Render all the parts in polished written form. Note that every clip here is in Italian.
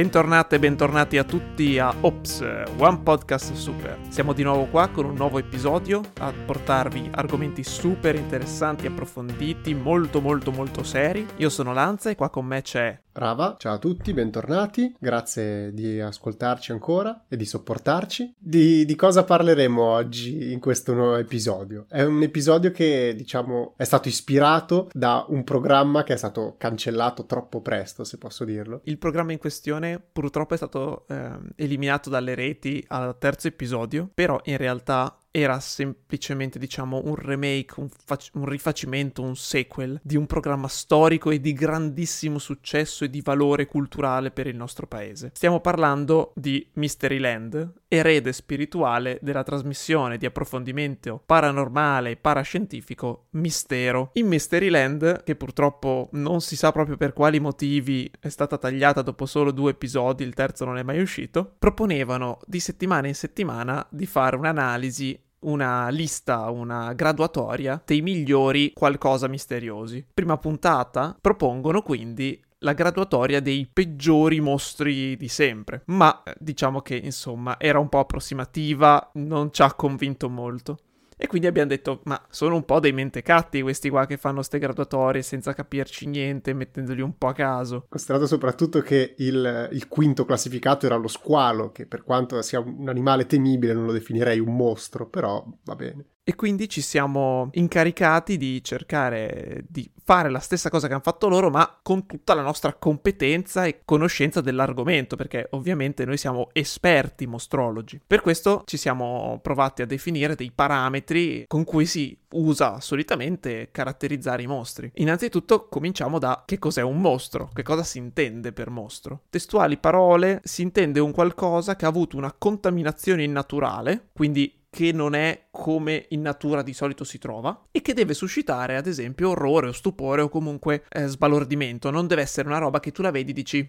Bentornate e bentornati a tutti a Ops, One Podcast Super. Siamo di nuovo qua con un nuovo episodio a portarvi argomenti super interessanti, approfonditi, molto seri. Io sono Lanza e qua con me c'è Rava. Ciao a tutti, bentornati, grazie di ascoltarci ancora e di sopportarci. Di cosa parleremo oggi in questo nuovo episodio? È un episodio che, diciamo, è stato ispirato da un programma che è stato cancellato troppo presto, se posso dirlo. Il programma in questione purtroppo è stato eliminato dalle reti al terzo episodio, però in realtà era semplicemente, diciamo, un remake, un rifacimento, un sequel di un programma storico e di grandissimo successo e di valore culturale per il nostro paese. Stiamo parlando di Mysteryland, erede spirituale della trasmissione di approfondimento paranormale e parascientifico Mistero. In Mysteryland, che purtroppo non si sa proprio per quali motivi è stata tagliata dopo solo 2 episodi, il terzo non è mai uscito, proponevano di settimana in settimana di fare un'analisi, una lista, una graduatoria dei migliori qualcosa misteriosi. Prima puntata propongono quindi la graduatoria dei peggiori mostri di sempre, ma diciamo che insomma era un po' approssimativa, non ci ha convinto molto. E quindi abbiamo detto, ma sono un po' dei mentecatti questi qua che fanno ste graduatorie senza capirci niente, mettendoli un po' a caso. Considerato soprattutto che il quinto classificato era lo squalo, che per quanto sia un animale temibile non lo definirei un mostro, però va bene. E quindi ci siamo incaricati di cercare di fare la stessa cosa che hanno fatto loro, ma con tutta la nostra competenza e conoscenza dell'argomento, perché ovviamente noi siamo esperti mostrologi. Per questo ci siamo provati a definire dei parametri con cui si usa solitamente caratterizzare i mostri. Innanzitutto cominciamo da che cos'è un mostro, che cosa si intende per mostro. Testuali parole, si intende un qualcosa che ha avuto una contaminazione innaturale, quindi che non è come in natura di solito si trova e che deve suscitare ad esempio orrore o stupore o comunque sbalordimento. Non deve essere una roba che tu la vedi e dici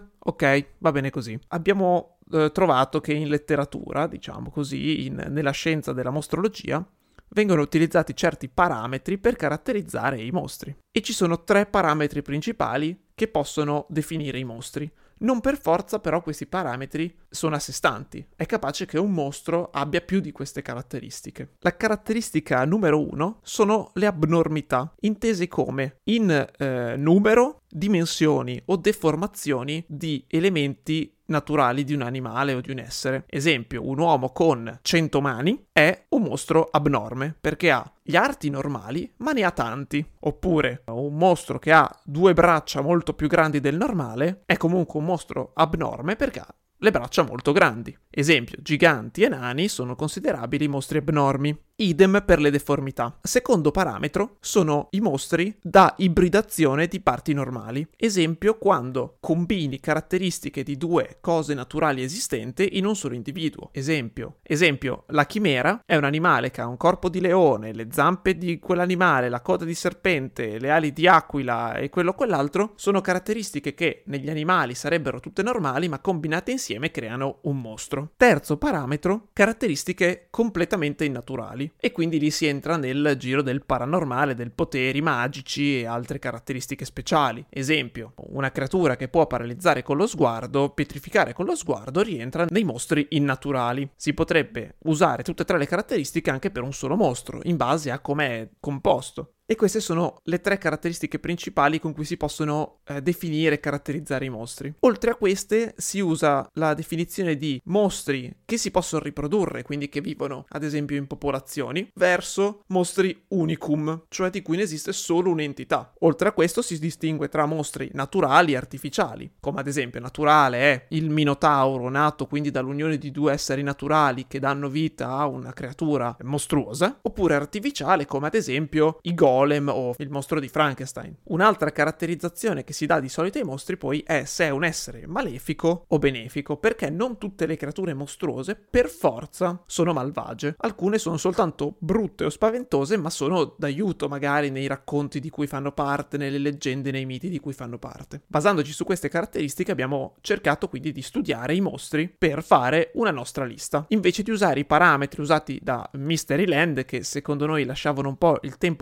ok, va bene così. Abbiamo trovato che in letteratura, diciamo così, nella scienza della mostrologia vengono utilizzati certi parametri per caratterizzare i mostri. E ci sono 3 parametri principali che possono definire i mostri. Non per forza però questi parametri sono a sé stanti. È capace che un mostro abbia più di queste caratteristiche. La caratteristica numero 1 sono le abnormità, intese come in numero, dimensioni o deformazioni di elementi naturali di un animale o di un essere. Esempio, un uomo con 100 mani è un mostro abnorme perché ha gli arti normali ma ne ha tanti. Oppure un mostro che ha 2 braccia molto più grandi del normale è comunque un mostro abnorme perché ha le braccia molto grandi. Esempio, giganti e nani sono considerabili mostri abnormi. Idem per le deformità. Secondo parametro sono i mostri da ibridazione di parti normali. Esempio, quando combini caratteristiche di 2 cose naturali esistenti in un solo individuo. Esempio, la chimera è un animale che ha un corpo di leone, le zampe di quell'animale, la coda di serpente, le ali di aquila e quello o quell'altro. Sono caratteristiche che negli animali sarebbero tutte normali, ma combinate insieme creano un mostro. Terzo parametro, caratteristiche completamente innaturali. E quindi lì si entra nel giro del paranormale, del poteri magici e altre caratteristiche speciali. Esempio, una creatura che può paralizzare con lo sguardo, pietrificare con lo sguardo, rientra nei mostri innaturali. Si potrebbe usare tutte e 3 le caratteristiche anche per un solo mostro, in base a come è composto. E queste sono le 3 caratteristiche principali con cui si possono definire e caratterizzare i mostri. Oltre a queste si usa la definizione di mostri che si possono riprodurre, quindi che vivono ad esempio in popolazioni, verso mostri unicum, cioè di cui ne esiste solo un'entità. Oltre a questo si distingue tra mostri naturali e artificiali, come ad esempio naturale è il minotauro, nato quindi dall'unione di 2 esseri naturali che danno vita a una creatura mostruosa, oppure artificiale come ad esempio i golem o il mostro di Frankenstein. Un'altra caratterizzazione che si dà di solito ai mostri poi è se è un essere malefico o benefico, perché non tutte le creature mostruose per forza sono malvagie. Alcune sono soltanto brutte o spaventose, ma sono d'aiuto magari nei racconti di cui fanno parte, nelle leggende, nei miti di cui fanno parte. Basandoci su queste caratteristiche abbiamo cercato quindi di studiare i mostri per fare una nostra lista, invece di usare i parametri usati da Mysteryland, che secondo noi lasciavano un po' il tempo che trovavano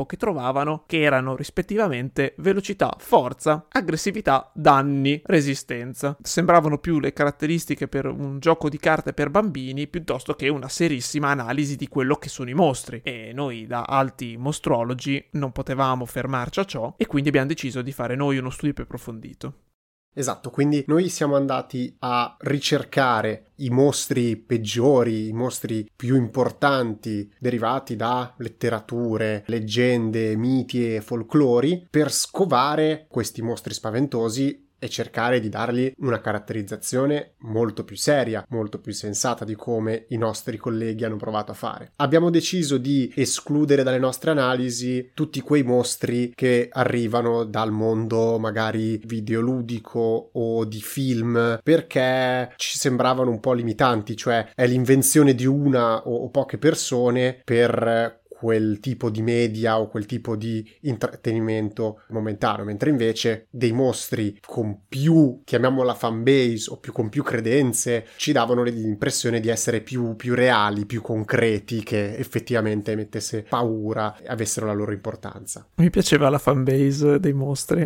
sembravano che erano rispettivamente velocità, forza, aggressività, danni, resistenza. Sembravano più le caratteristiche per un gioco di carte per bambini piuttosto che una serissima analisi di quello che sono i mostri. E noi da alti mostrologi non potevamo fermarci a ciò e quindi abbiamo deciso di fare noi uno studio più approfondito. Esatto, quindi noi siamo andati a ricercare i mostri peggiori, i mostri più importanti derivati da letterature, leggende, miti e folclori per scovare questi mostri spaventosi e cercare di dargli una caratterizzazione molto più seria, molto più sensata di come i nostri colleghi hanno provato a fare. Abbiamo deciso di escludere dalle nostre analisi tutti quei mostri che arrivano dal mondo magari videoludico o di film, perché ci sembravano un po' limitanti, cioè è l'invenzione di una o poche persone per quel tipo di media o quel tipo di intrattenimento momentaneo, mentre invece dei mostri con più, chiamiamola fanbase, o con più credenze, ci davano l'impressione di essere più reali, più concreti, che effettivamente mettesse paura e avessero la loro importanza. Mi piaceva la fanbase dei mostri.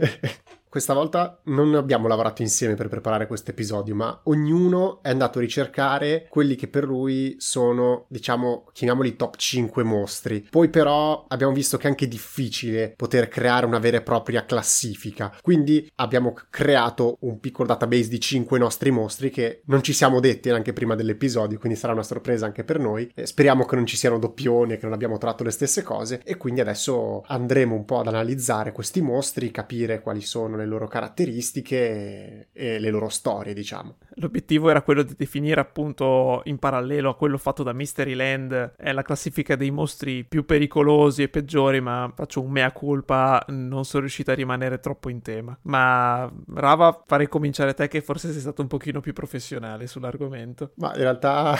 Questa volta non abbiamo lavorato insieme per preparare questo episodio, ma ognuno è andato a ricercare quelli che per lui sono, diciamo, chiamiamoli top 5 mostri. Poi però abbiamo visto che è anche difficile poter creare una vera e propria classifica. Quindi abbiamo creato un piccolo database di 5 nostri mostri che non ci siamo detti neanche prima dell'episodio, quindi sarà una sorpresa anche per noi. Speriamo che non ci siano doppioni e che non abbiamo trovato le stesse cose. E quindi adesso andremo un po' ad analizzare questi mostri, capire quali sono le loro caratteristiche e le loro storie, diciamo. L'obiettivo era quello di definire appunto in parallelo a quello fatto da Mysteryland la classifica dei mostri più pericolosi e peggiori, ma faccio un mea culpa, non sono riuscito a rimanere troppo in tema. Ma Rava, farei cominciare te che forse sei stato un pochino più professionale sull'argomento. Ma in realtà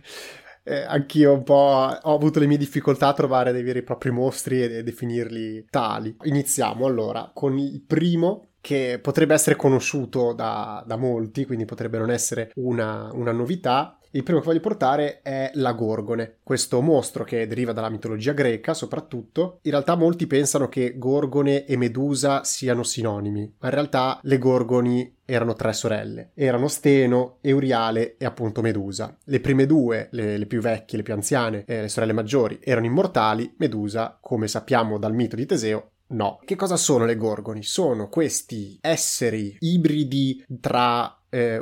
anch'io un po' ho avuto le mie difficoltà a trovare dei veri e propri mostri e definirli tali. Iniziamo allora con il primo, che potrebbe essere conosciuto da molti, quindi potrebbe non essere una novità. Il primo che voglio portare è la Gorgone, questo mostro che deriva dalla mitologia greca soprattutto. In realtà molti pensano che Gorgone e Medusa siano sinonimi, ma in realtà le Gorgoni erano 3 sorelle. Erano Steno, Euriale e appunto Medusa. Le prime 2, le più vecchie, le più anziane, le sorelle maggiori, erano immortali. Medusa, come sappiamo dal mito di Teseo, no. Che cosa sono le Gorgoni? Sono questi esseri ibridi tra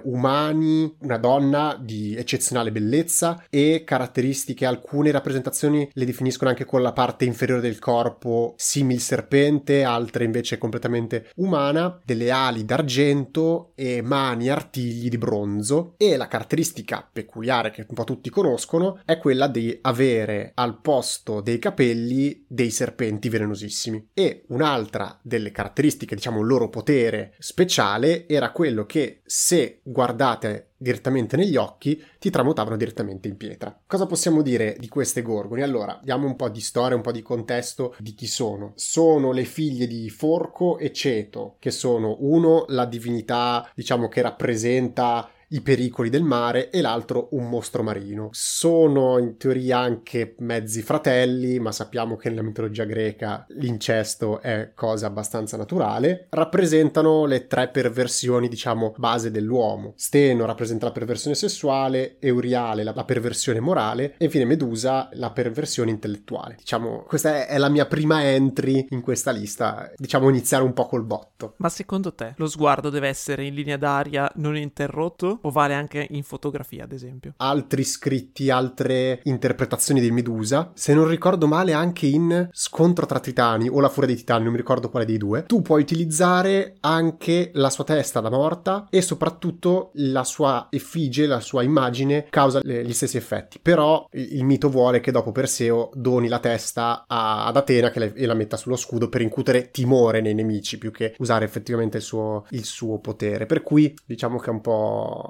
umani, una donna di eccezionale bellezza e caratteristiche, alcune rappresentazioni le definiscono anche con la parte inferiore del corpo simil serpente, altre invece completamente umana, delle ali d'argento e mani e artigli di bronzo. E la caratteristica peculiare che un po' tutti conoscono è quella di avere al posto dei capelli dei serpenti velenosissimi. E un'altra delle caratteristiche, diciamo il loro potere speciale, era quello che se guardate direttamente negli occhi ti tramutavano direttamente in pietra. Cosa possiamo dire di queste Gorgoni? Allora, diamo un po' di storia, un po' di contesto di chi sono. Sono le figlie di Forco e Ceto, che sono uno la divinità, diciamo, che rappresenta i pericoli del mare e l'altro un mostro marino. Sono in teoria anche mezzi fratelli, ma sappiamo che nella mitologia greca l'incesto è cosa abbastanza naturale. Rappresentano le 3 perversioni, diciamo, base dell'uomo. Steno rappresenta la perversione sessuale, Euriale la perversione morale e infine Medusa la perversione intellettuale. Diciamo, questa è la mia prima entry in questa lista, diciamo iniziare un po' col botto. Ma secondo te lo sguardo deve essere in linea d'aria non interrotto? O vale anche in fotografia, ad esempio? Altri scritti, altre interpretazioni di Medusa, se non ricordo male anche in Scontro tra Titani o La Furia dei Titani, non mi ricordo quale dei due, tu puoi utilizzare anche la sua testa da morta e soprattutto la sua effigie, la sua immagine causa gli stessi effetti. Però il mito vuole che dopo Perseo doni la testa ad Atena e la metta sullo scudo per incutere timore nei nemici più che usare effettivamente il suo potere. Per cui diciamo che è un po'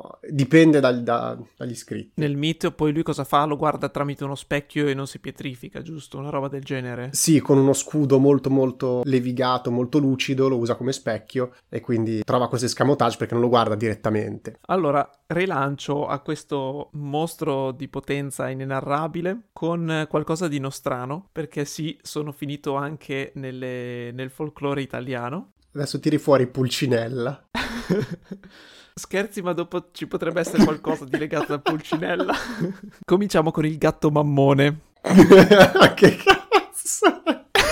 No, dipende dagli iscritti. Nel mito poi lui cosa fa? Lo guarda tramite uno specchio e non si pietrifica, giusto? Una roba del genere? Sì, con uno scudo molto molto levigato, molto lucido, lo usa come specchio e quindi trova questo escamotage perché non lo guarda direttamente. Allora, rilancio a questo mostro di potenza inenarrabile con qualcosa di nostrano, perché sì, sono finito anche nel folklore italiano. Adesso tiri fuori Pulcinella. Scherzi, ma dopo ci potrebbe essere qualcosa di legato a Pulcinella. Cominciamo con il gatto mammone. Che cazzo?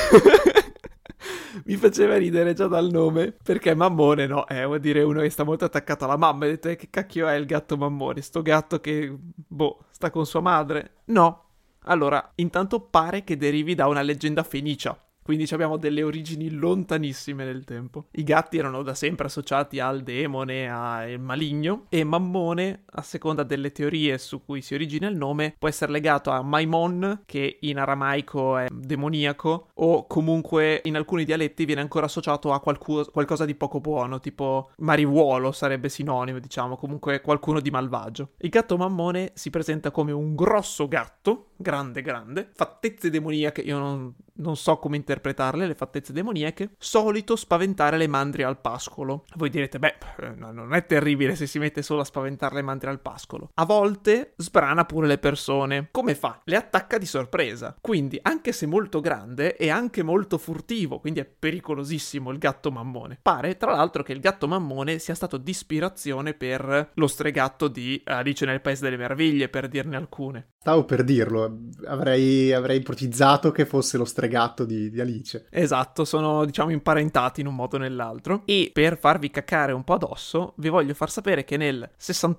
Mi faceva ridere già dal nome, perché mammone, no, vuol dire uno che sta molto attaccato alla mamma. E ho detto, che cacchio è il gatto mammone? Sto gatto che, sta con sua madre? No. Allora, intanto pare che derivi da una leggenda fenicia. Quindi abbiamo delle origini lontanissime nel tempo. I gatti erano da sempre associati al demone, al maligno, e Mammone, a seconda delle teorie su cui si origina il nome, può essere legato a Maimon, che in aramaico è demoniaco, o comunque in alcuni dialetti viene ancora associato a qualcosa di poco buono, tipo mariuolo sarebbe sinonimo, diciamo, comunque qualcuno di malvagio. Il gatto Mammone si presenta come un grosso gatto, grande, fattezze demoniache, io non so come interpretarle, le fattezze demoniache, solito spaventare le mandrie al pascolo. Voi direte, no, non è terribile se si mette solo a spaventare le mandrie al pascolo. A volte sbrana pure le persone. Come fa? Le attacca di sorpresa. Quindi, anche se molto grande, è anche molto furtivo, quindi è pericolosissimo il gatto Mammone. Pare, tra l'altro, che il gatto Mammone sia stato di ispirazione per lo stregatto di Alice nel Paese delle Meraviglie, per dirne alcune. Stavo per dirlo, avrei ipotizzato che fosse lo stregatto di Alice. Esatto, sono diciamo imparentati in un modo o nell'altro. E per farvi caccare un po' addosso, vi voglio far sapere che nel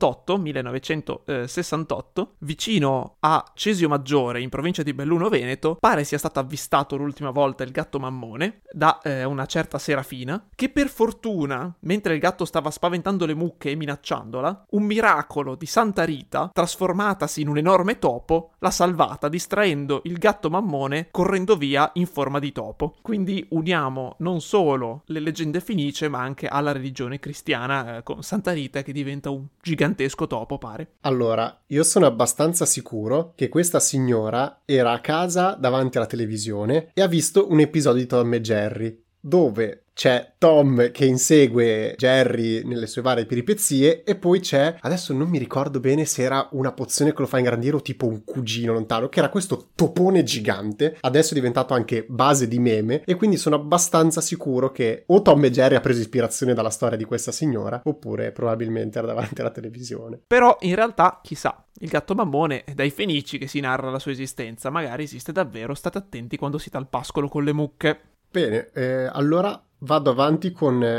1968, vicino a Cesio Maggiore, in provincia di Belluno Veneto, pare sia stato avvistato l'ultima volta il gatto Mammone da una certa Serafina, che per fortuna, mentre il gatto stava spaventando le mucche e minacciandola, un miracolo di Santa Rita, trasformatasi in un enorme topo, l'ha salvata distraendo il gatto Mammone correndo via in forma di topo. Quindi uniamo non solo le leggende fenicie ma anche alla religione cristiana con Santa Rita che diventa un gigantesco topo, pare. Allora, io sono abbastanza sicuro che questa signora era a casa davanti alla televisione e ha visto un episodio di Tom e Jerry dove c'è Tom che insegue Jerry nelle sue varie peripezie e poi c'è, adesso non mi ricordo bene se era una pozione che lo fa ingrandire o tipo un cugino lontano, che era questo topone gigante, adesso è diventato anche base di meme e quindi sono abbastanza sicuro che o Tom e Jerry ha preso ispirazione dalla storia di questa signora oppure probabilmente era davanti alla televisione. Però in realtà, chissà, il gatto Mammone è dai Fenici che si narra la sua esistenza, magari esiste davvero, state attenti quando siete al pascolo con le mucche. Bene, allora vado avanti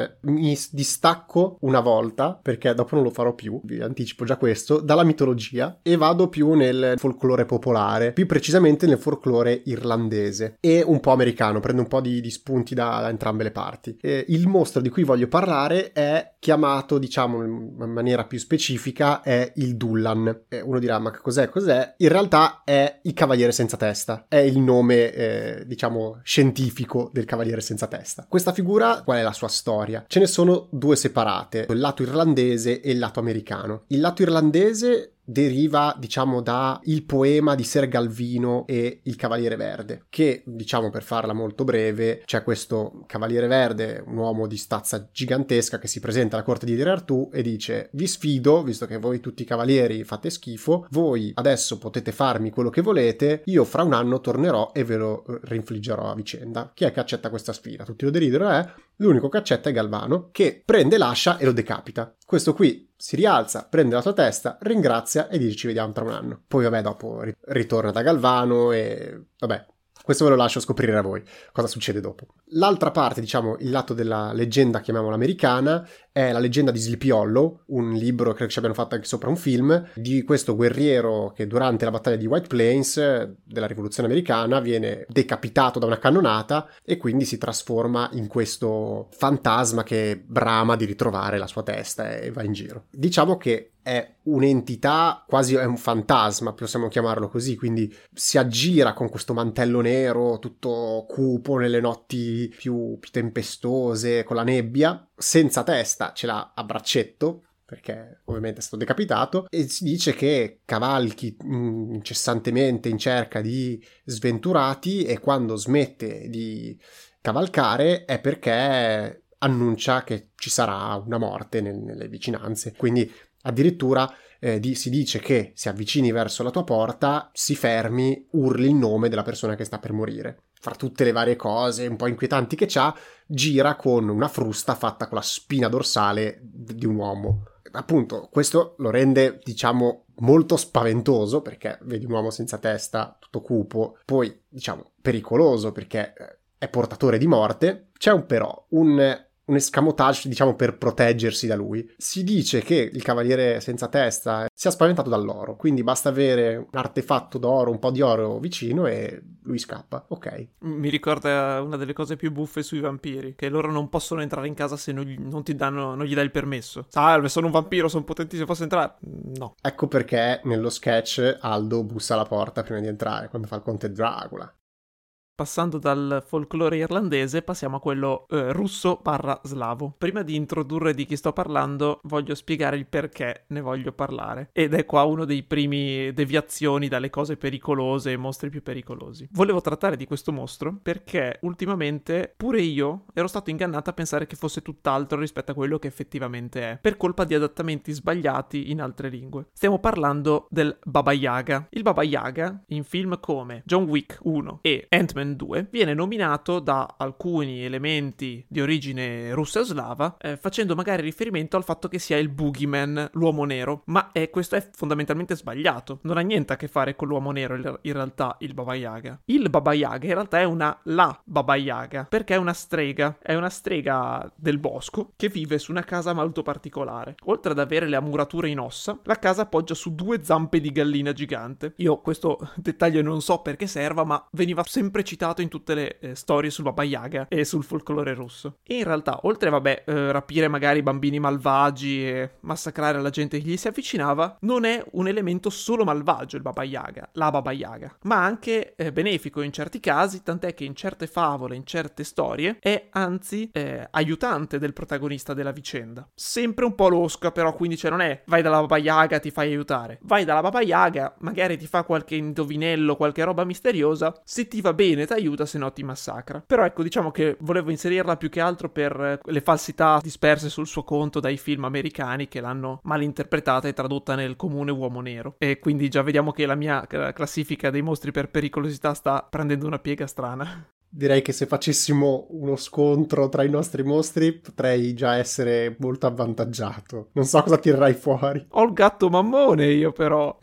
mi distacco una volta, perché dopo non lo farò più, vi anticipo già questo, dalla mitologia e vado più nel folklore popolare, più precisamente nel folklore irlandese e un po' americano, prendo un po' di spunti da entrambe le parti. Il mostro di cui voglio parlare è chiamato, diciamo in maniera più specifica, è il Dullan. Uno dirà, ma che cos'è? Cos'è? In realtà è il Cavaliere Senza Testa, è il nome, diciamo, scientifico del Cavaliere Senza Testa. Questa figura, qual è la sua storia? Ce ne sono due separate, il lato irlandese e il lato americano. Il lato irlandese deriva, diciamo, da il poema di Ser Galvino e il Cavaliere Verde, che, diciamo, per farla molto breve, c'è questo Cavaliere Verde, un uomo di stazza gigantesca che si presenta alla corte di Re Artù e dice: vi sfido, visto che voi tutti i cavalieri fate schifo, voi adesso potete farmi quello che volete, io fra un anno tornerò e ve lo rinfliggerò a vicenda. Chi è che accetta questa sfida? Tutti lo deridono, l'unico che accetta è Galvano, che prende l'ascia e lo decapita. Questo qui si rialza, prende la sua testa, ringrazia e dice: ci vediamo tra un anno. Poi vabbè, dopo ritorna da Galvano e vabbè, questo ve lo lascio scoprire a voi cosa succede dopo. L'altra parte, diciamo, il lato della leggenda, chiamiamola americana, è la leggenda di Sleepy Hollow, un libro, credo che ci abbiano fatto anche sopra un film, di questo guerriero che durante la battaglia di White Plains della rivoluzione americana viene decapitato da una cannonata e quindi si trasforma in questo fantasma che brama di ritrovare la sua testa e va in giro. Diciamo che è un'entità, quasi è un fantasma, possiamo chiamarlo così, quindi si aggira con questo mantello nero tutto cupo nelle notti più tempestose, con la nebbia, senza testa, ce l'ha a braccetto, perché ovviamente è stato decapitato, e si dice che cavalchi incessantemente in cerca di sventurati, e quando smette di cavalcare è perché annuncia che ci sarà una morte nelle vicinanze. Quindi addirittura si dice che se avvicini verso la tua porta, si fermi, urli il nome della persona che sta per morire. Fra tutte le varie cose un po' inquietanti che c'ha, gira con una frusta fatta con la spina dorsale di un uomo. Appunto, questo lo rende, diciamo, molto spaventoso, perché vedi un uomo senza testa, tutto cupo, poi, diciamo, pericoloso perché è portatore di morte. C'è un però, un escamotage, diciamo, per proteggersi da lui. Si dice che il cavaliere senza testa sia spaventato dall'oro, quindi basta avere un artefatto d'oro, un po' di oro vicino e lui scappa. Ok. Mi ricorda una delle cose più buffe sui vampiri, che loro non possono entrare in casa se non gli dai il permesso. Salve, sono un vampiro, sono potentissimo, posso entrare? No. Ecco perché nello sketch Aldo bussa alla porta prima di entrare, quando fa il conte Dracula. Passando dal folklore irlandese, passiamo a quello russo/slavo. Prima di introdurre di chi sto parlando, voglio spiegare il perché ne voglio parlare. Ed è qua uno dei primi deviazioni dalle cose pericolose e mostri più pericolosi. Volevo trattare di questo mostro perché ultimamente pure io ero stato ingannato a pensare che fosse tutt'altro rispetto a quello che effettivamente è, per colpa di adattamenti sbagliati in altre lingue. Stiamo parlando del Baba Yaga. Il Baba Yaga, in film come John Wick 1 e Ant-Man 2, viene nominato da alcuni elementi di origine russa e slava, facendo magari riferimento al fatto che sia il Boogeyman, l'uomo nero, ma questo è fondamentalmente sbagliato. Non ha niente a che fare con l'uomo nero in realtà il Baba Yaga. Il Baba Yaga in realtà è la Baba Yaga, perché è una strega del bosco che vive su una casa molto particolare. Oltre ad avere le murature in ossa, la casa appoggia su 2 zampe di gallina gigante. Io questo dettaglio non so perché serva, ma veniva sempre citato in tutte le storie sul Baba Yaga e sul folklore russo. E in realtà, oltre rapire magari bambini malvagi e massacrare la gente che gli si avvicinava, non è un elemento solo malvagio il Baba Yaga, la Baba Yaga, ma anche benefico in certi casi, tant'è che in certe favole, in certe storie, è anzi aiutante del protagonista della vicenda. Sempre un po' losca però, quindi non è vai dalla Baba Yaga, ti fai aiutare. Vai dalla Baba Yaga, magari ti fa qualche indovinello, qualche roba misteriosa, se ti va bene ti aiuta, se no ti massacra. Però ecco, diciamo che volevo inserirla più che altro per le falsità disperse sul suo conto dai film americani che l'hanno malinterpretata e tradotta nel comune uomo nero. E quindi già vediamo che la mia classifica dei mostri per pericolosità sta prendendo una piega strana. Direi che se facessimo uno scontro tra i nostri mostri potrei già essere molto avvantaggiato. Non so cosa tirerai fuori. Ho il gatto mammone io però.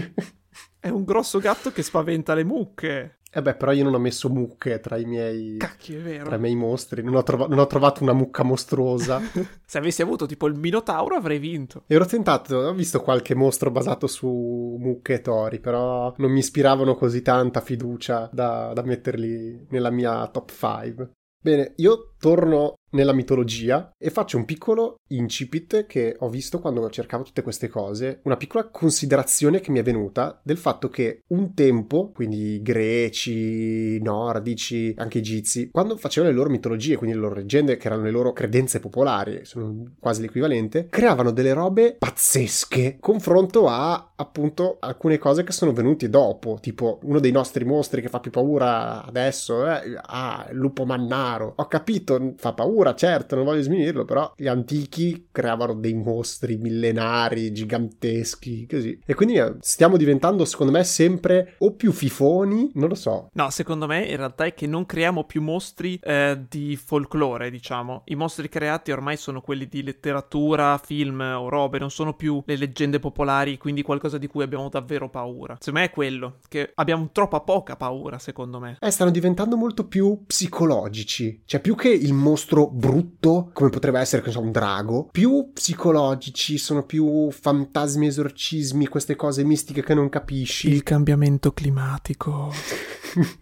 È un grosso gatto che spaventa le mucche. Però io non ho messo mucche tra i miei... Cacchio, è vero. Tra i miei mostri. Non ho trovato una mucca mostruosa. Se avessi avuto tipo il Minotauro avrei vinto. Ero tentato, ho visto qualche mostro basato su mucche e tori, però non mi ispiravano così tanta fiducia da metterli nella mia top 5. Bene, io torno nella mitologia e faccio un piccolo incipit che ho visto quando cercavo tutte queste cose, una piccola considerazione che mi è venuta del fatto che un tempo, quindi i greci, nordici, anche egizi, quando facevano le loro mitologie, quindi le loro leggende, che erano le loro credenze popolari, sono quasi l'equivalente, creavano delle robe pazzesche confronto a appunto alcune cose che sono venute dopo, tipo uno dei nostri mostri che fa più paura adesso il lupo mannaro. Ho capito, fa paura, certo, non voglio sminuirlo, però gli antichi creavano dei mostri millenari, giganteschi, così. E quindi stiamo diventando, secondo me, sempre o più fifoni, non lo so. No, secondo me in realtà è che non creiamo più mostri di folklore, diciamo. I mostri creati ormai sono quelli di letteratura, film o robe, non sono più le leggende popolari, quindi qualcosa di cui abbiamo davvero paura. Secondo me è quello, che abbiamo troppa poca paura, secondo me. Stanno diventando molto più psicologici, cioè più che il mostro brutto, come potrebbe essere, che so, un drago, più psicologici, sono più fantasmi, esorcismi, queste cose mistiche che non capisci. Il cambiamento climatico.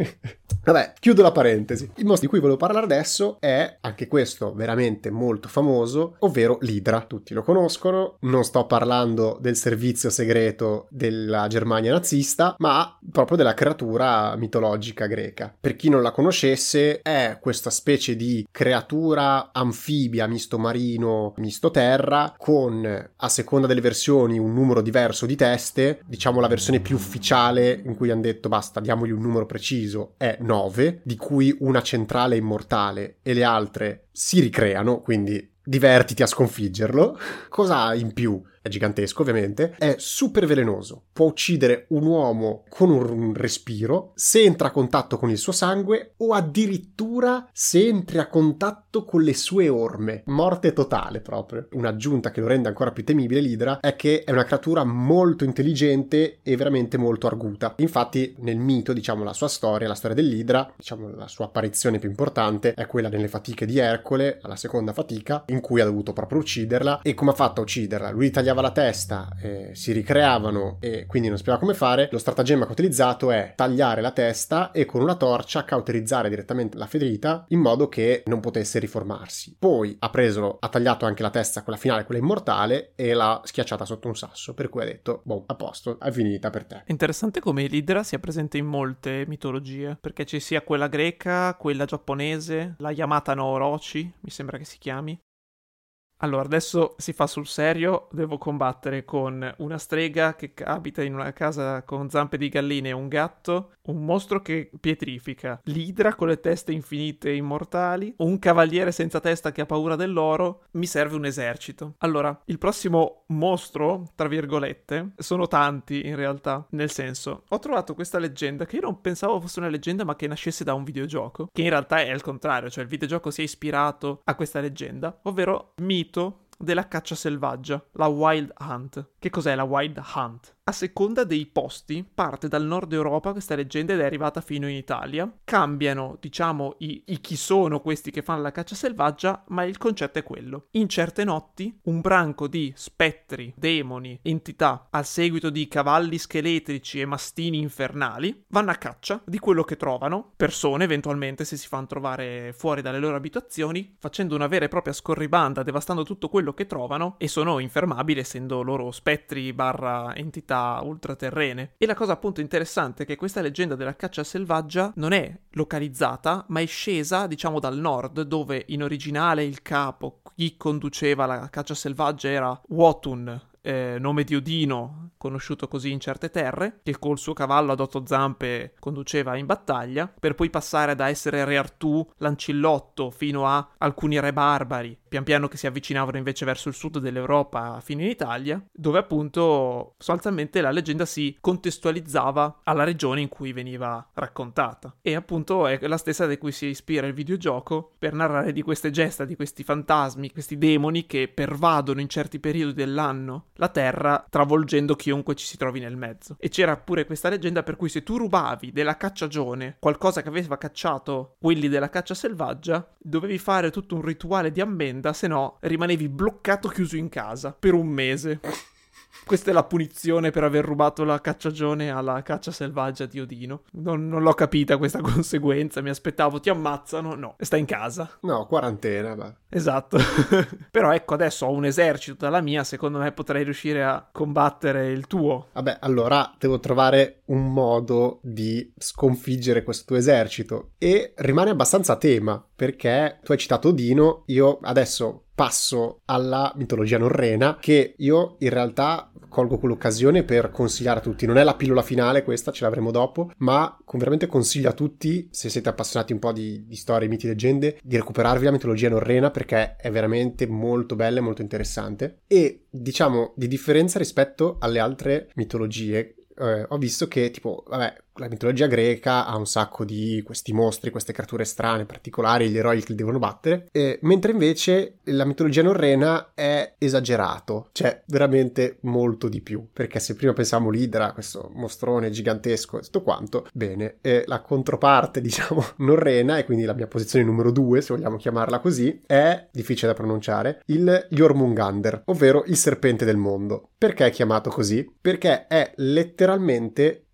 Vabbè, chiudo la parentesi. Il mostro di cui volevo parlare adesso è, anche questo, veramente molto famoso, ovvero l'Idra. Tutti lo conoscono, non sto parlando del servizio segreto della Germania nazista, ma proprio della creatura mitologica greca. Per chi non la conoscesse, è questa specie di creatura anfibia, misto marino, misto terra, con, a seconda delle versioni, un numero diverso di teste. Diciamo la versione più ufficiale, in cui hanno detto basta, diamogli un numero preciso, è 9, di cui una centrale è immortale e le altre si ricreano, quindi divertiti a sconfiggerlo. Cosa ha in più? È gigantesco, ovviamente. È super velenoso. Può uccidere un uomo con un respiro, se entra a contatto con il suo sangue, o addirittura se entri a contatto con le sue orme. Morte totale, proprio. Un'aggiunta che lo rende ancora più temibile, l'Idra, è che è una creatura molto intelligente e veramente molto arguta. Infatti, nel mito, diciamo, la sua storia, la storia dell'Idra, diciamo, la sua apparizione più importante è quella nelle fatiche di Ercole, alla seconda fatica, in cui ha dovuto proprio ucciderla. E come ha fatto a ucciderla? Lui tagliava la testa, si ricreavano e quindi non sapeva come fare. Lo stratagemma che ha utilizzato è tagliare la testa e con una torcia cauterizzare direttamente la ferita in modo che non potesse riformarsi. Poi ha tagliato anche la testa, quella finale, quella immortale, e l'ha schiacciata sotto un sasso, per cui ha detto boh, a posto, è finita per te. È interessante come l'Idra sia presente in molte mitologie, perché ci sia quella greca, quella giapponese, la Yamata no Orochi, mi sembra che si chiami. Allora, adesso si fa sul serio, devo combattere con una strega che abita in una casa con zampe di galline e un gatto, un mostro che pietrifica, l'idra con le teste infinite e immortali, un cavaliere senza testa che ha paura dell'oro, mi serve un esercito. Allora, il prossimo mostro, tra virgolette, sono tanti in realtà, nel senso, ho trovato questa leggenda che io non pensavo fosse una leggenda ma che nascesse da un videogioco, che in realtà è il contrario, cioè il videogioco si è ispirato a questa leggenda, ovvero mito della caccia selvaggia, la Wild Hunt. Che cos'è la Wild Hunt? A seconda dei posti, parte dal nord Europa questa leggenda ed è arrivata fino in Italia. Cambiano, diciamo, i chi sono questi che fanno la caccia selvaggia, ma il concetto è quello. In certe notti, un branco di spettri, demoni, entità, al seguito di cavalli scheletrici e mastini infernali, vanno a caccia di quello che trovano, persone eventualmente se si fanno trovare fuori dalle loro abitazioni, facendo una vera e propria scorribanda, devastando tutto quello che trovano, e sono infermabili essendo loro spettri barra entità ultraterrene. E la cosa appunto interessante è che questa leggenda della caccia selvaggia non è localizzata, ma è scesa, diciamo, dal nord, dove in originale il capo, chi conduceva la caccia selvaggia era Wotun, nome di Odino, conosciuto così in certe terre, che col suo cavallo ad 8 zampe conduceva in battaglia, per poi passare da essere Re Artù, Lancillotto, fino a alcuni re barbari, pian piano che si avvicinavano invece verso il sud dell'Europa fino in Italia, dove appunto sostanzialmente la leggenda si contestualizzava alla regione in cui veniva raccontata. E appunto è la stessa di cui si ispira il videogioco per narrare di queste gesta, di questi fantasmi, questi demoni che pervadono in certi periodi dell'anno la terra, travolgendo chiunque ci si trovi nel mezzo. E c'era pure questa leggenda per cui se tu rubavi della cacciagione qualcosa che aveva cacciato quelli della caccia selvaggia, dovevi fare tutto un rituale di ammenda, se no rimanevi bloccato chiuso in casa per un mese. Questa è la punizione per aver rubato la cacciagione alla caccia selvaggia di Odino. Non l'ho capita questa conseguenza, mi aspettavo ti ammazzano, no, sta in casa. No, quarantena, beh. Esatto. Però ecco, adesso ho un esercito dalla mia, secondo me potrei riuscire a combattere il tuo. Vabbè, allora devo trovare un modo di sconfiggere questo tuo esercito. E rimane abbastanza a tema, perché tu hai citato Odino, io adesso passo alla mitologia norrena, che io in realtà colgo quell'occasione per consigliare a tutti. Non è la pillola finale questa, ce l'avremo dopo, ma veramente consiglio a tutti, se siete appassionati un po' di storie, miti, leggende, di recuperarvi la mitologia norrena, perché è veramente molto bella e molto interessante. E diciamo, di differenza rispetto alle altre mitologie, ho visto che tipo, vabbè, la mitologia greca ha un sacco di questi mostri, queste creature strane, particolari, gli eroi che li devono battere, mentre invece la mitologia norrena è esagerato, cioè veramente molto di più, perché se prima pensavamo l'Idra, questo mostrone gigantesco e tutto quanto, bene, la controparte, diciamo, norrena, e quindi la mia posizione numero 2, se vogliamo chiamarla così, è, difficile da pronunciare, il Jormungandr, ovvero il serpente del mondo. Perché è chiamato così? Perché è letteralmente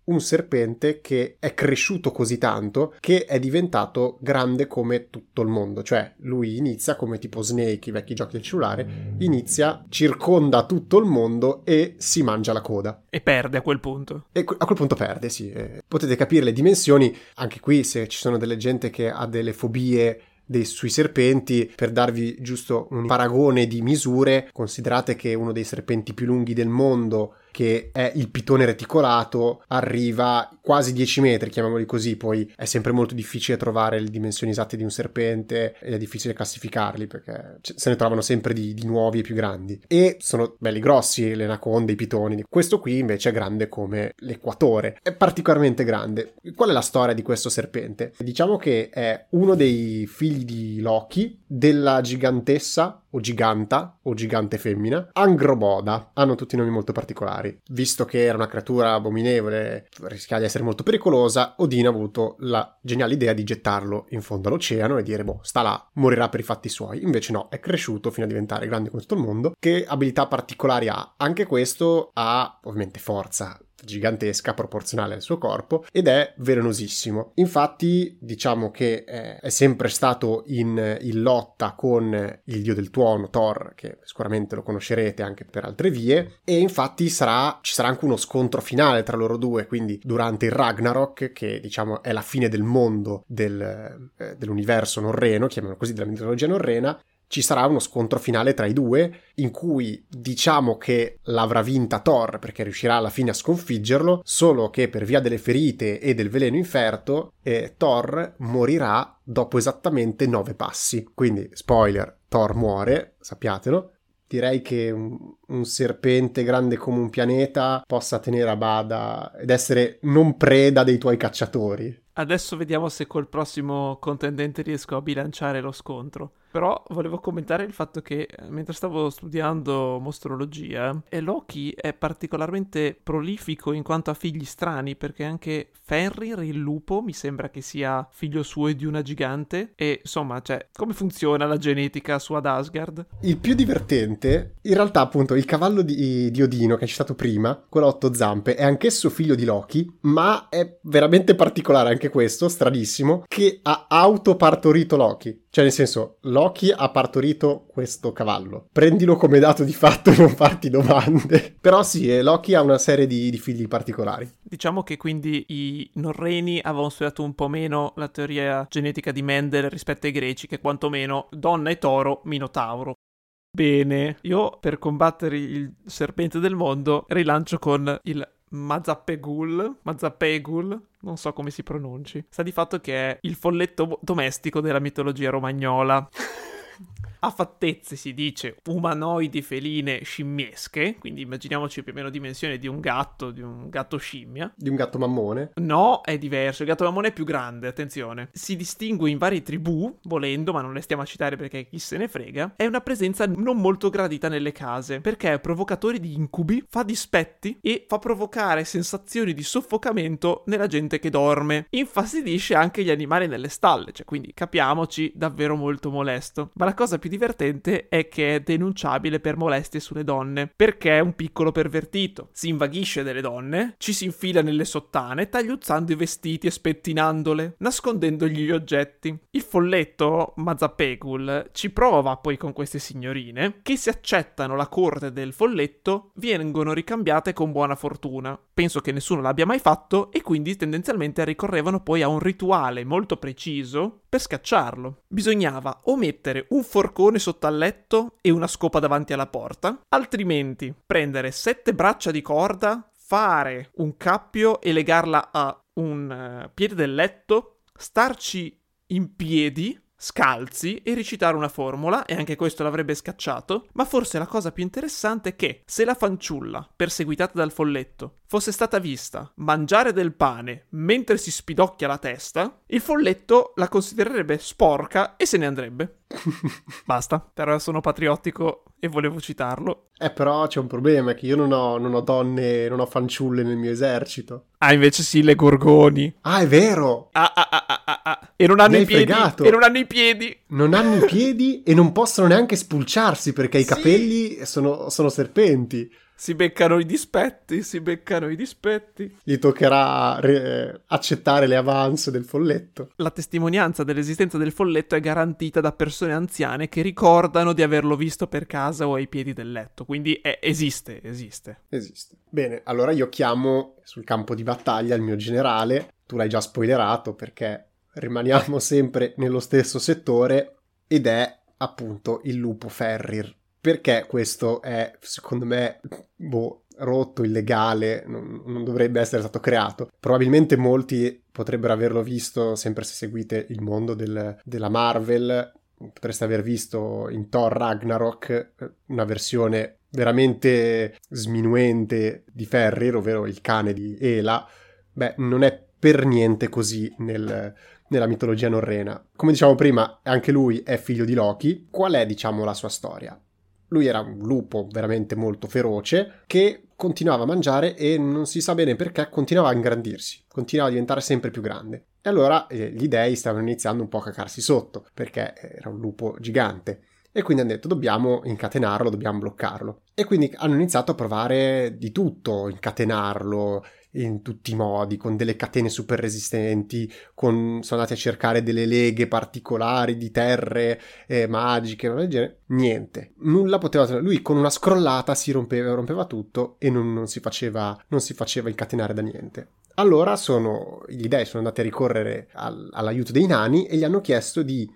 un serpente che è cresciuto così tanto che è diventato grande come tutto il mondo. Cioè lui inizia come tipo Snake, i vecchi giochi del cellulare, inizia, circonda tutto il mondo e si mangia la coda. E perde a quel punto. E a quel punto perde, sì. Potete capire le dimensioni. Anche qui, se ci sono delle gente che ha delle fobie sui serpenti, per darvi giusto un paragone di misure, considerate che uno dei serpenti più lunghi del mondo, che è il pitone reticolato, arriva quasi 10 metri, chiamiamoli così. Poi è sempre molto difficile trovare le dimensioni esatte di un serpente ed è difficile classificarli perché se ne trovano sempre di nuovi e più grandi, e sono belli grossi le anaconde, i pitoni. Questo qui invece è grande come l'equatore, è particolarmente grande. Qual è la storia di questo serpente? Diciamo che è uno dei figli di Loki, della gigantessa o giganta o gigante femmina Angroboda. Hanno tutti nomi molto particolari. Visto che era una creatura abominevole, rischiava di essere molto pericolosa, Odino ha avuto la geniale idea di gettarlo in fondo all'oceano e dire boh, sta là, morirà per i fatti suoi. Invece no, è cresciuto fino a diventare grande come tutto il mondo. Che abilità particolari ha? Anche questo ha ovviamente forza gigantesca proporzionale al suo corpo ed è velenosissimo. Infatti diciamo che è sempre stato in lotta con il dio del tuono Thor, che sicuramente lo conoscerete anche per altre vie, e infatti ci sarà anche uno scontro finale tra loro due, quindi durante il Ragnarok, che diciamo è la fine del mondo dell'universo norreno, chiamiamolo così, della mitologia norrena. Ci sarà uno scontro finale tra i due, in cui diciamo che l'avrà vinta Thor perché riuscirà alla fine a sconfiggerlo, solo che per via delle ferite e del veleno inferto Thor morirà dopo esattamente 9 passi. Quindi, spoiler, Thor muore, sappiatelo. Direi che un serpente grande come un pianeta possa tenere a bada ed essere non preda dei tuoi cacciatori. Adesso vediamo se col prossimo contendente riesco a bilanciare lo scontro. Però volevo commentare il fatto che mentre stavo studiando mostrologia, Loki è particolarmente prolifico in quanto a figli strani, perché anche Fenrir, il lupo, mi sembra che sia figlio suo e di una gigante. E insomma, cioè, come funziona la genetica su ad Asgard? Il più divertente, in realtà appunto, il cavallo di Odino che hai citato prima, quello a 8 zampe, è anch'esso figlio di Loki, ma è veramente particolare anche questo, stranissimo, che ha autopartorito Loki. Cioè, nel senso, Loki ha partorito questo cavallo. Prendilo come dato di fatto e non farti domande. Però sì, Loki ha una serie di figli particolari. Diciamo che quindi i norreni avevano studiato un po' meno la teoria genetica di Mendel rispetto ai greci, che quantomeno donna e toro, minotauro. Bene, io per combattere il serpente del mondo rilancio con il Mazapegul, non so come si pronunci. Sta di fatto che è il folletto domestico della mitologia romagnola. Ha fattezze, si dice, umanoidi, feline, scimmiesche, quindi immaginiamoci più o meno dimensioni di un gatto scimmia. Di un gatto mammone? No, è diverso, il gatto mammone è più grande, attenzione. Si distingue in varie tribù, volendo, ma non le stiamo a citare perché chi se ne frega. È una presenza non molto gradita nelle case, perché è provocatore di incubi, fa dispetti e fa provocare sensazioni di soffocamento nella gente che dorme. Infastidisce anche gli animali nelle stalle, cioè quindi capiamoci, davvero molto molesto. Ma la cosa più divertente è che è denunciabile per molestie sulle donne, perché è un piccolo pervertito. Si invaghisce delle donne, ci si infila nelle sottane, tagliuzzando i vestiti e spettinandole, nascondendogli gli oggetti. Il folletto Mazapegul ci prova poi con queste signorine, che se accettano la corte del folletto vengono ricambiate con buona fortuna. Penso che nessuno l'abbia mai fatto e quindi tendenzialmente ricorrevano poi a un rituale molto preciso per scacciarlo. Bisognava o mettere un forcone sotto al letto e una scopa davanti alla porta, altrimenti prendere 7 braccia di corda, fare un cappio e legarla a un piede del letto, starci in piedi scalzi e recitare una formula, e anche questo l'avrebbe scacciato. Ma forse la cosa più interessante è che se la fanciulla, perseguitata dal folletto, fosse stata vista mangiare del pane mentre si spidocchia la testa, il folletto la considererebbe sporca e se ne andrebbe. Basta, però sono patriottico e volevo citarlo. Però c'è un problema, è che io non ho donne, non ho fanciulle nel mio esercito. Ah, invece sì, le gorgoni. Ah, è vero! E non hanno Mi i hai piedi. fregato. E non hanno i piedi. Non hanno i piedi e non possono neanche spulciarsi perché i Sì. capelli sono serpenti. Si beccano i dispetti. Gli toccherà accettare le avance del folletto. La testimonianza dell'esistenza del folletto è garantita da persone anziane che ricordano di averlo visto per casa o ai piedi del letto. Quindi esiste. Esiste. Bene, allora io chiamo sul campo di battaglia il mio generale. Tu l'hai già spoilerato perché rimaniamo sempre nello stesso settore ed è appunto il lupo Ferrir. Perché questo è, secondo me, rotto, illegale, non dovrebbe essere stato creato. Probabilmente molti potrebbero averlo visto, sempre se seguite il mondo della Marvel, potreste aver visto in Thor Ragnarok una versione veramente sminuente di Ferrir, ovvero il cane di Hela. Beh, non è per niente così nella mitologia norrena. Come diciamo prima, anche lui è figlio di Loki. Qual è, diciamo, la sua storia? Lui era un lupo veramente molto feroce che continuava a mangiare e non si sa bene perché continuava a ingrandirsi, continuava a diventare sempre più grande. E allora gli dei stavano iniziando un po' a cacarsi sotto perché era un lupo gigante. E quindi hanno detto dobbiamo incatenarlo, dobbiamo bloccarlo. E quindi hanno iniziato a provare di tutto, incatenarlo in tutti i modi, con delle catene super resistenti, sono andati a cercare delle leghe particolari di terre magiche, del genere. Niente, nulla poteva. Lui con una scrollata si rompeva tutto e non si faceva incatenare da niente. Allora gli dei sono andati a ricorrere all'aiuto dei nani e gli hanno chiesto di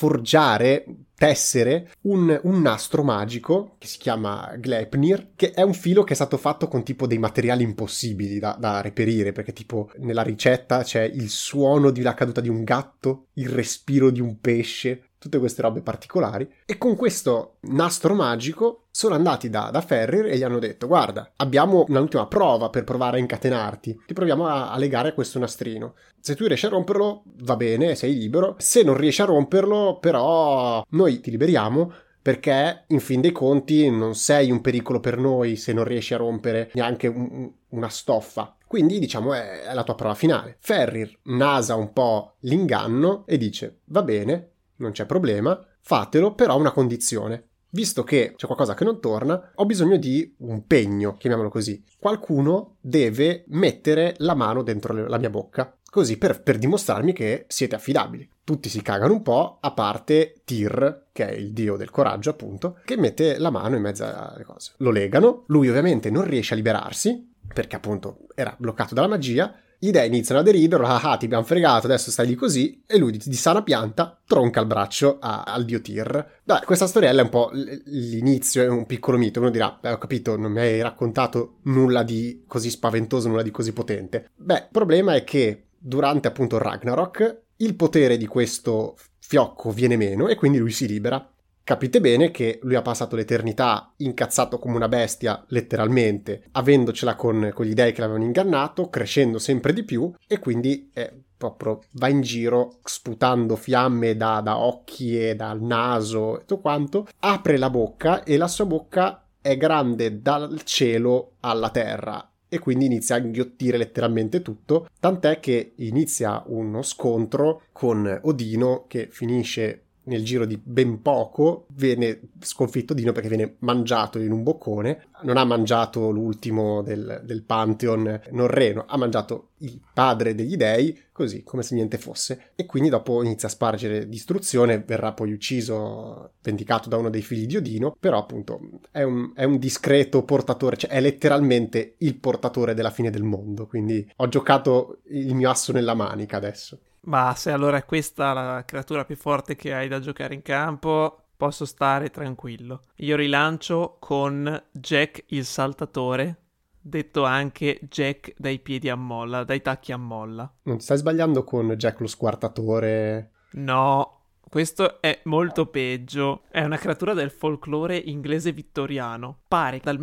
tessere un nastro magico che si chiama Gleipnir, che è un filo che è stato fatto con tipo dei materiali impossibili da reperire, perché tipo nella ricetta c'è il suono della caduta di un gatto, il respiro di un pesce, tutte queste robe particolari. E con questo nastro magico sono andati da Ferrir e gli hanno detto guarda, abbiamo un'ultima prova per provare a incatenarti, ti proviamo a legare questo nastrino. Se tu riesci a romperlo va bene, sei libero. Se non riesci a romperlo, però noi ti liberiamo perché in fin dei conti non sei un pericolo per noi se non riesci a rompere neanche una stoffa. Quindi diciamo è la tua prova finale. Ferrir nasa un po' l'inganno e dice va bene, non c'è problema, fatelo, però a una condizione. Visto che c'è qualcosa che non torna, ho bisogno di un pegno, chiamiamolo così. Qualcuno deve mettere la mano dentro la mia bocca, così per dimostrarmi che siete affidabili. Tutti si cagano un po', a parte Tyr, che è il dio del coraggio appunto, che mette la mano in mezzo alle cose. Lo legano, lui ovviamente non riesce a liberarsi, perché appunto era bloccato dalla magia. Gli dei iniziano a deriderlo, ti abbiamo fregato, adesso stai lì così, e lui di sana pianta tronca il braccio al dio Tyr. Beh, questa storiella è un po' l'inizio, è un piccolo mito, uno dirà, ho capito, non mi hai raccontato nulla di così spaventoso, nulla di così potente. Beh, il problema è che durante appunto il Ragnarok il potere di questo fiocco viene meno e quindi lui si libera. Capite bene che lui ha passato l'eternità incazzato come una bestia, letteralmente, avendocela con gli dei che l'avevano ingannato, crescendo sempre di più, e quindi proprio va in giro sputando fiamme da occhi e dal naso e tutto quanto, apre la bocca e la sua bocca è grande dal cielo alla terra. E quindi inizia a inghiottire letteralmente tutto, tant'è che inizia uno scontro con Odino che finisce nel giro di ben poco. Viene sconfitto Odino perché viene mangiato in un boccone. Non ha mangiato l'ultimo del Pantheon norreno, ha mangiato il padre degli dei, così come se niente fosse, e quindi dopo inizia a spargere distruzione. Verrà poi ucciso, vendicato da uno dei figli di Odino, però appunto è un discreto portatore, cioè è letteralmente il portatore della fine del mondo, quindi ho giocato il mio asso nella manica adesso. Ma se allora è questa la creatura più forte che hai da giocare in campo, posso stare tranquillo. Io rilancio con Jack il saltatore, detto anche Jack dai piedi a molla, dai tacchi a molla. Non ti stai sbagliando con Jack lo squartatore? No, questo è molto peggio. È una creatura del folklore inglese vittoriano. Pare che dal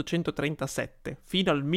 1837 fino al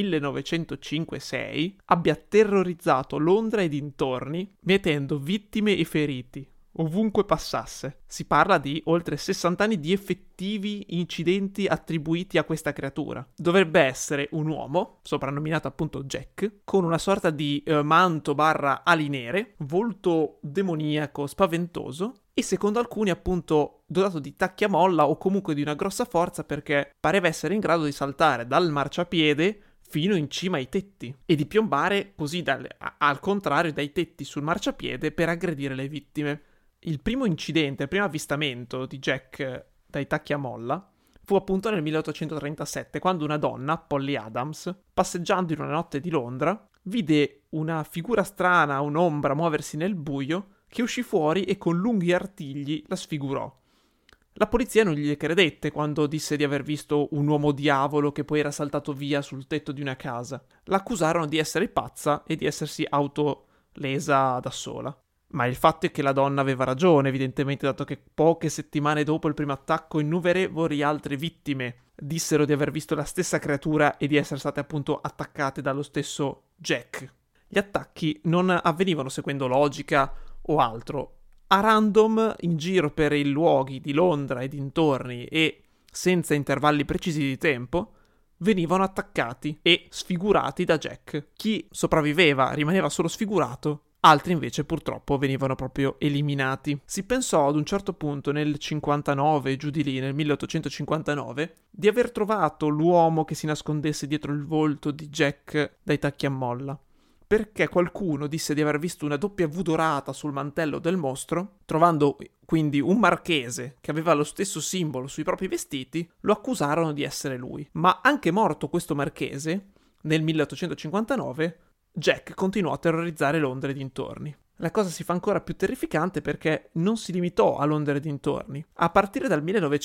1905-6 abbia terrorizzato Londra e dintorni, mietendo vittime e feriti. ovunque passasse. Si parla di oltre 60 anni di effettivi incidenti attribuiti a questa creatura. Dovrebbe essere un uomo, soprannominato appunto Jack, con una sorta di manto barra ali nere, volto demoniaco, spaventoso, e secondo alcuni appunto dotato di tacchi a molla o comunque di una grossa forza, perché pareva essere in grado di saltare dal marciapiede fino in cima ai tetti e di piombare così al contrario dai tetti sul marciapiede per aggredire le vittime. Il primo incidente, il primo avvistamento di Jack dai tacchi a molla fu appunto nel 1837, quando una donna, Polly Adams, passeggiando in una notte di Londra, vide una figura strana, un'ombra muoversi nel buio, che uscì fuori e con lunghi artigli la sfigurò. La polizia non gli credette quando disse di aver visto un uomo diavolo che poi era saltato via sul tetto di una casa. L'accusarono di essere pazza e di essersi autolesa da sola. Ma il fatto è che la donna aveva ragione, evidentemente, dato che poche settimane dopo il primo attacco innumerevoli altre vittime dissero di aver visto la stessa creatura e di essere state appunto attaccate dallo stesso Jack. Gli attacchi non avvenivano seguendo logica o altro. A random, in giro per i luoghi di Londra e dintorni e senza intervalli precisi di tempo, venivano attaccati e sfigurati da Jack. Chi sopravviveva rimaneva solo sfigurato, altri invece purtroppo venivano proprio eliminati. Si pensò ad un certo punto nel 59, giù di lì, nel 1859, di aver trovato l'uomo che si nascondesse dietro il volto di Jack dai tacchi a molla, perché qualcuno disse di aver visto una W dorata sul mantello del mostro, trovando quindi un marchese che aveva lo stesso simbolo sui propri vestiti, lo accusarono di essere lui. Ma anche morto questo marchese, nel 1859, Jack continuò a terrorizzare Londra e dintorni. La cosa si fa ancora più terrificante perché non si limitò a Londra e dintorni. A partire dal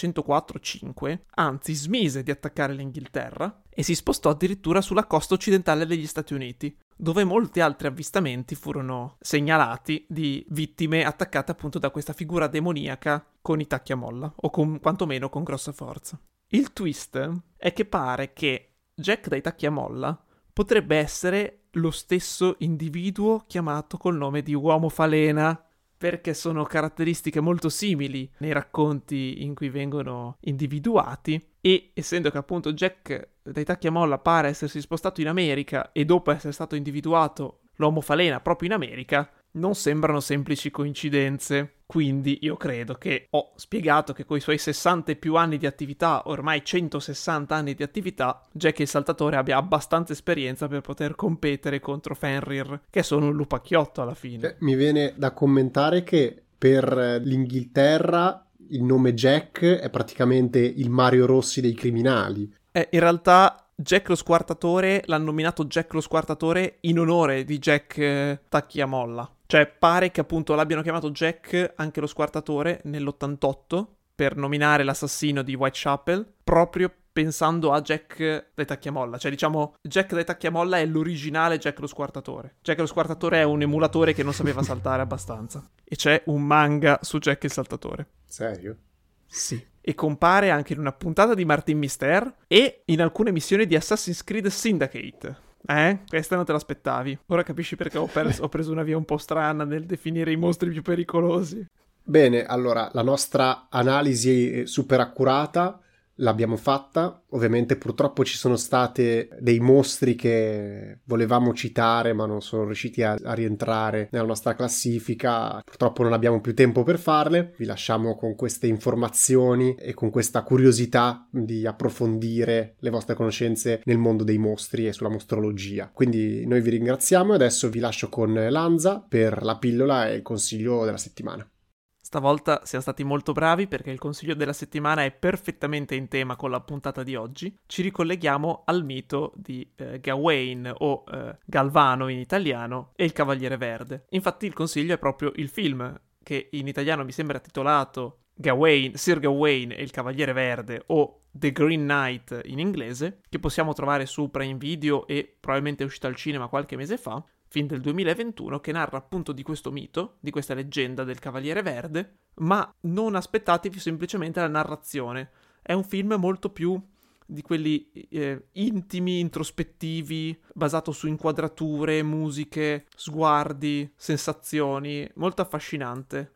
1904-5, anzi, smise di attaccare l'Inghilterra e si spostò addirittura sulla costa occidentale degli Stati Uniti, dove molti altri avvistamenti furono segnalati di vittime attaccate appunto da questa figura demoniaca con i tacchi a molla, o quantomeno con grossa forza. Il twist è che pare che Jack dai tacchi a molla potrebbe essere lo stesso individuo chiamato col nome di uomo falena, perché sono caratteristiche molto simili nei racconti in cui vengono individuati, e essendo che appunto Jack dai tacchi a molla pare essersi spostato in America e dopo essere stato individuato l'uomo falena proprio in America, non sembrano semplici coincidenze. Quindi io credo che ho spiegato che con i suoi 60 e più anni di attività, ormai 160 anni di attività, Jack il Saltatore abbia abbastanza esperienza per poter competere contro Fenrir, che sono un lupacchiotto alla fine. Mi viene da commentare che per l'Inghilterra il nome Jack è praticamente il Mario Rossi dei criminali. In realtà Jack lo Squartatore l'hanno nominato Jack lo Squartatore in onore di Jack Tacchi a Molla. Cioè pare che appunto l'abbiano chiamato Jack anche lo Squartatore nell'88 per nominare l'assassino di Whitechapel, proprio pensando a Jack dai tacchi a molla. Cioè diciamo Jack dai tacchi a molla è l'originale Jack lo Squartatore. Jack lo Squartatore è un emulatore che non sapeva saltare abbastanza. E c'è un manga su Jack il Saltatore. Serio? Sì. E compare anche in una puntata di Martin Myster e in alcune missioni di Assassin's Creed Syndicate. Questa non te l'aspettavi. Ora capisci perché ho preso una via un po' strana nel definire i mostri più pericolosi. Bene, allora, la nostra analisi super accurata l'abbiamo fatta. Ovviamente purtroppo ci sono state dei mostri che volevamo citare ma non sono riusciti a rientrare nella nostra classifica. Purtroppo non abbiamo più tempo per farle. Vi lasciamo con queste informazioni e con questa curiosità di approfondire le vostre conoscenze nel mondo dei mostri e sulla mostrologia. Quindi noi vi ringraziamo e adesso vi lascio con Lanza per la pillola e il consiglio della settimana. Stavolta siamo stati molto bravi perché il consiglio della settimana è perfettamente in tema con la puntata di oggi. Ci ricolleghiamo al mito di Gawain o Galvano in italiano e il Cavaliere Verde. Infatti il consiglio è proprio il film che in italiano mi sembra titolato Sir Gawain e il Cavaliere Verde o The Green Knight in inglese, che possiamo trovare su Prime Video e probabilmente è uscito al cinema qualche mese fa, film del 2021, che narra appunto di questo mito, di questa leggenda del Cavaliere Verde, ma non aspettatevi semplicemente la narrazione. È un film molto più di quelli intimi, introspettivi, basato su inquadrature, musiche, sguardi, sensazioni, molto affascinante.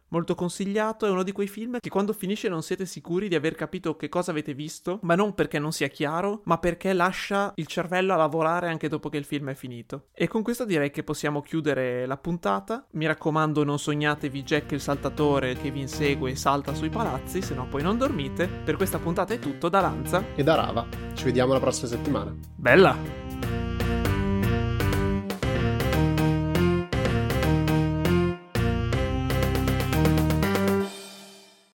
molto consigliato, è uno di quei film che quando finisce non siete sicuri di aver capito che cosa avete visto, ma non perché non sia chiaro, ma perché lascia il cervello a lavorare anche dopo che il film è finito. E con questo direi che possiamo chiudere la puntata. Mi raccomando, non sognatevi Jack il saltatore che vi insegue e salta sui palazzi, se no poi non dormite. Per questa puntata è tutto, da Lanza e da Rava. Ci vediamo la prossima settimana. bella!